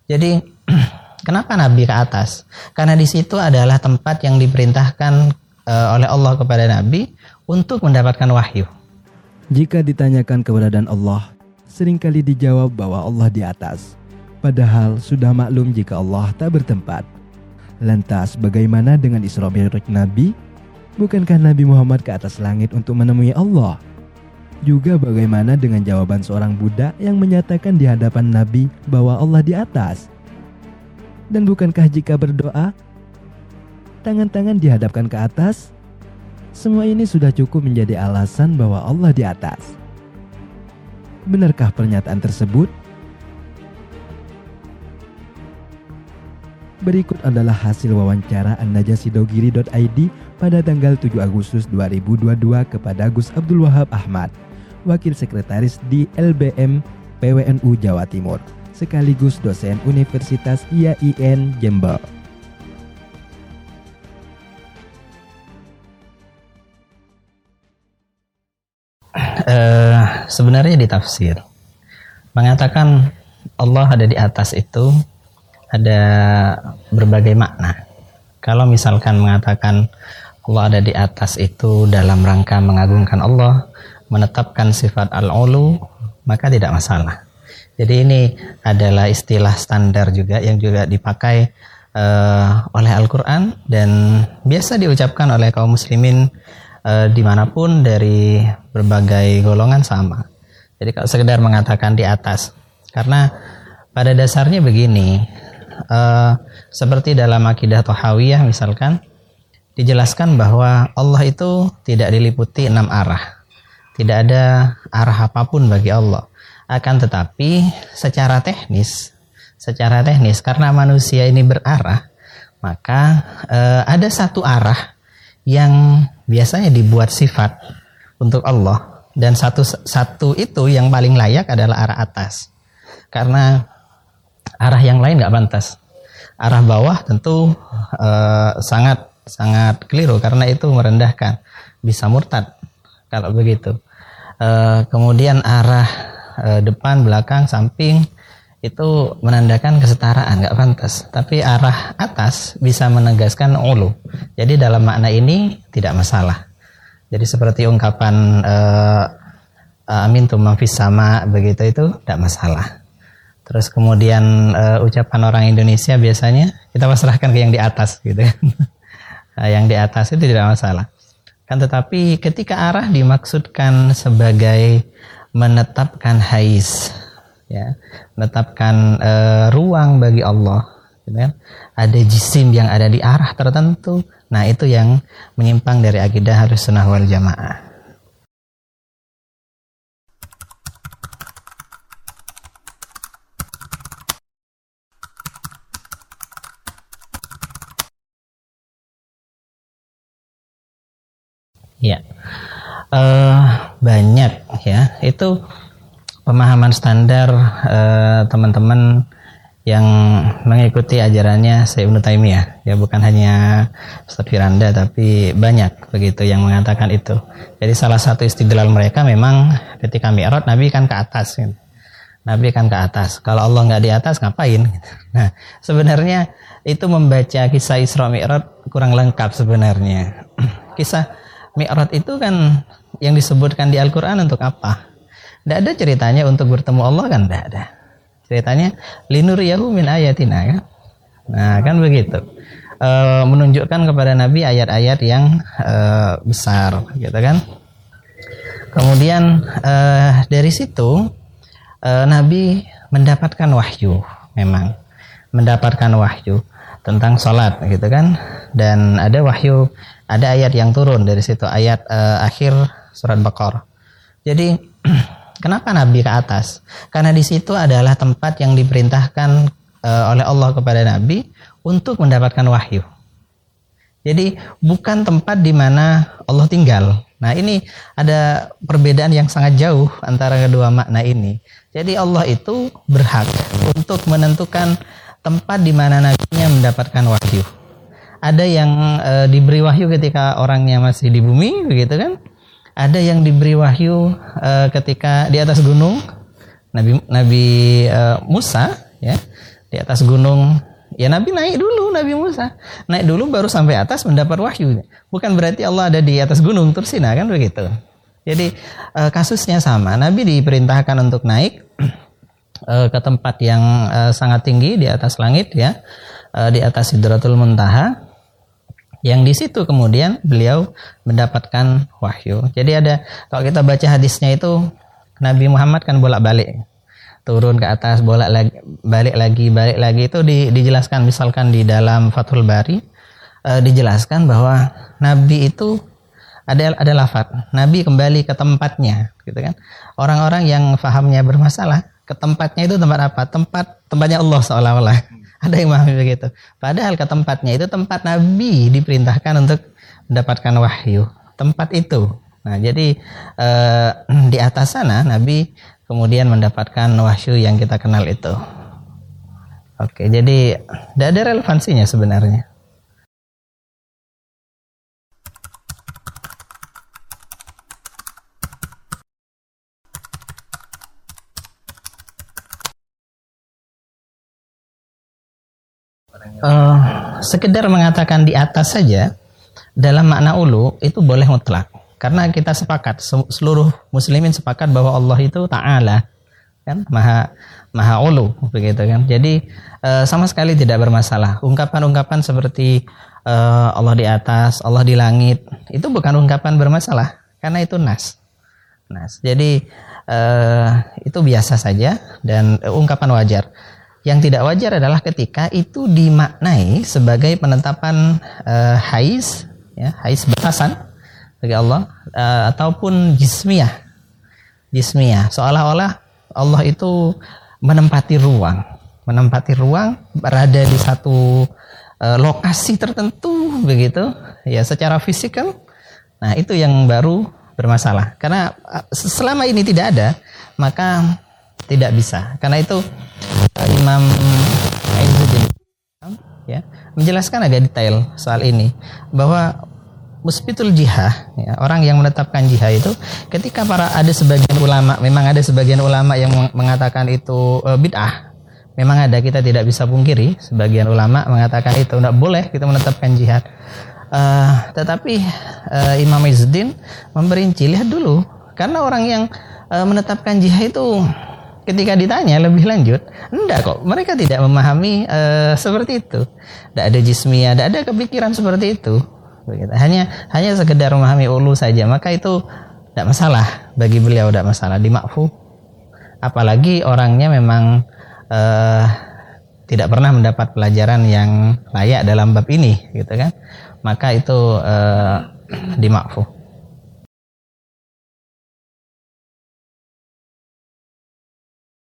Jadi kenapa Nabi ke atas? Karena di situ adalah tempat yang diperintahkan oleh Allah kepada Nabi untuk mendapatkan wahyu. Jika ditanyakan keberadaan Allah, seringkali dijawab bahwa Allah di atas. Padahal sudah maklum jika Allah tak bertempat. Lantas bagaimana dengan Isra Mi'raj Nabi? Bukankah Nabi Muhammad ke atas langit untuk menemui Allah? Juga bagaimana dengan jawaban seorang budak yang menyatakan di hadapan Nabi bahwa Allah di atas? Dan bukankah jika berdoa, tangan-tangan dihadapkan ke atas? Semua ini sudah cukup menjadi alasan bahwa Allah di atas. Benarkah pernyataan tersebut? Berikut adalah hasil wawancara an-najasidogiri.id pada tanggal 7 Agustus 2022 kepada Gus Abdul Wahab Ahmad, Wakil Sekretaris di LBM PWNU Jawa Timur, sekaligus dosen Universitas IAIN Jember. Sebenarnya di tafsir mengatakan Allah ada di atas itu ada berbagai makna. Kalau misalkan mengatakan Allah ada di atas itu dalam rangka mengagungkan Allah, menetapkan sifat al-ulu, maka tidak masalah. Jadi ini adalah istilah standar juga yang juga dipakai oleh Al-Quran dan biasa diucapkan oleh kaum muslimin dimanapun dari berbagai golongan sama. Jadi kalau sekedar mengatakan di atas, karena pada dasarnya begini, seperti dalam akidah Thahawiyah misalkan dijelaskan bahwa Allah itu tidak diliputi 6 arah, tidak ada arah apapun bagi Allah. Akan tetapi secara teknis karena manusia ini berarah, maka ada satu arah yang biasanya dibuat sifat untuk Allah, dan satu itu yang paling layak adalah arah atas, karena arah yang lain nggak pantas. Arah bawah tentu sangat keliru karena itu merendahkan, bisa murtad kalau begitu. Kemudian arah depan, belakang, samping itu menandakan kesetaraan, nggak pantas. Tapi arah atas bisa menegaskan ulu. Jadi dalam makna ini tidak masalah. Jadi seperti ungkapan amintum man fis sama, begitu itu tidak masalah. Terus kemudian ucapan orang Indonesia biasanya kita pasrahkan ke yang di atas gitu kan. Yang di atas itu tidak masalah. Kan tetapi ketika arah dimaksudkan sebagai menetapkan haiz, ya, menetapkan ruang bagi Allah, gitu kan? Ada jisim yang ada di arah tertentu. Nah, itu yang menyimpang dari akidah Ahlussunnah wal Jamaah. Ya, banyak ya. Itu pemahaman standar teman-teman yang mengikuti ajarannya Syekh Ibnu Taimiyah. Ya, bukan hanya Ustaz Firanda, tapi banyak begitu yang mengatakan itu. Jadi salah satu istidlal mereka memang ketika Mi'raj Nabi kan ke atas. Gitu. Nabi kan ke atas. Kalau Allah nggak di atas ngapain? Gitu. Nah, sebenarnya itu membaca kisah Isra Mi'raj kurang lengkap sebenarnya. Kisah Mi'raj itu kan yang disebutkan di Al-Quran untuk apa? Tidak ada ceritanya untuk bertemu Allah kan? Tidak ada. Ceritanya linuriyahu min ayatina kan? Nah kan begitu. Menunjukkan kepada Nabi ayat-ayat yang besar gitu kan. Kemudian dari situ Nabi mendapatkan wahyu, memang mendapatkan wahyu tentang sholat gitu kan. Dan ada wahyu, ada ayat yang turun dari situ, ayat akhir surat Baqarah. Jadi kenapa Nabi ke atas? Karena di situ adalah tempat yang diperintahkan oleh Allah kepada Nabi untuk mendapatkan wahyu. Jadi bukan tempat di mana Allah tinggal. Nah, ini ada perbedaan yang sangat jauh antara kedua makna ini. Jadi Allah itu berhak untuk menentukan tempat di mana nabinya mendapatkan wahyu. Ada yang diberi wahyu ketika orangnya masih di bumi, begitu kan? Ada yang diberi wahyu ketika di atas gunung, Nabi Musa, ya. Di atas gunung, ya Nabi naik dulu, Nabi Musa naik dulu baru sampai atas mendapat wahyu. Bukan berarti Allah ada di atas gunung Tursina, kan begitu. Jadi kasusnya sama. Nabi diperintahkan untuk naik ke tempat yang sangat tinggi di atas langit, ya, di atas Sidratul Muntaha, yang di situ kemudian beliau mendapatkan wahyu. Jadi ada, kalau kita baca hadisnya itu, Nabi Muhammad kan bolak-balik, turun ke atas, balik lagi itu dijelaskan. Misalkan di dalam Fathul Bari dijelaskan bahwa Nabi itu ada lafaz Nabi kembali ke tempatnya, gitu kan. Orang-orang yang fahamnya bermasalah, ke tempatnya itu tempat apa? Tempatnya Allah seolah-olah. Ada yang memahami begitu. Padahal ke tempatnya itu tempat Nabi diperintahkan untuk mendapatkan wahyu. Tempat itu. Nah, jadi di atas sana Nabi kemudian mendapatkan wahyu yang kita kenal itu. Oke, jadi tidak ada relevansinya sebenarnya. Sekedar mengatakan di atas saja dalam makna ulu itu boleh mutlak, karena kita sepakat, seluruh muslimin sepakat bahwa Allah itu ta'ala, kan, maha ulu, begitu kan. Jadi sama sekali tidak bermasalah. Ungkapan-ungkapan seperti Allah di atas, Allah di langit, itu bukan ungkapan bermasalah, karena itu nas. Jadi itu biasa saja dan ungkapan wajar. Yang tidak wajar adalah ketika itu dimaknai sebagai penetapan haiz, ya, haiz batasan bagi Allah, ataupun jismiyah, seolah-olah Allah itu menempati ruang, berada di satu lokasi tertentu, begitu, ya, secara fisikal. Nah, itu yang baru bermasalah. Karena selama ini tidak ada, maka tidak bisa. Karena itu Imam Izzuddin, ya, menjelaskan agak detail soal ini, bahwa musbitul jihah, ya, orang yang menetapkan jihah itu, ketika ada sebagian ulama yang mengatakan itu bid'ah, memang ada, kita tidak bisa pungkiri, sebagian ulama mengatakan itu tidak boleh kita menetapkan jihad. Tetapi Imam Izzuddin memperinci, lihat dulu, karena orang yang menetapkan jihad itu ketika ditanya lebih lanjut, enggak kok, mereka tidak memahami seperti itu. Tidak ada jismiyah, tidak ada kepikiran seperti itu. Begitu. Hanya sekedar memahami ulu saja, maka itu tidak masalah bagi beliau, tidak masalah, dimakfu. Apalagi orangnya memang tidak pernah mendapat pelajaran yang layak dalam bab ini, gitu kan. Maka itu dimakfu.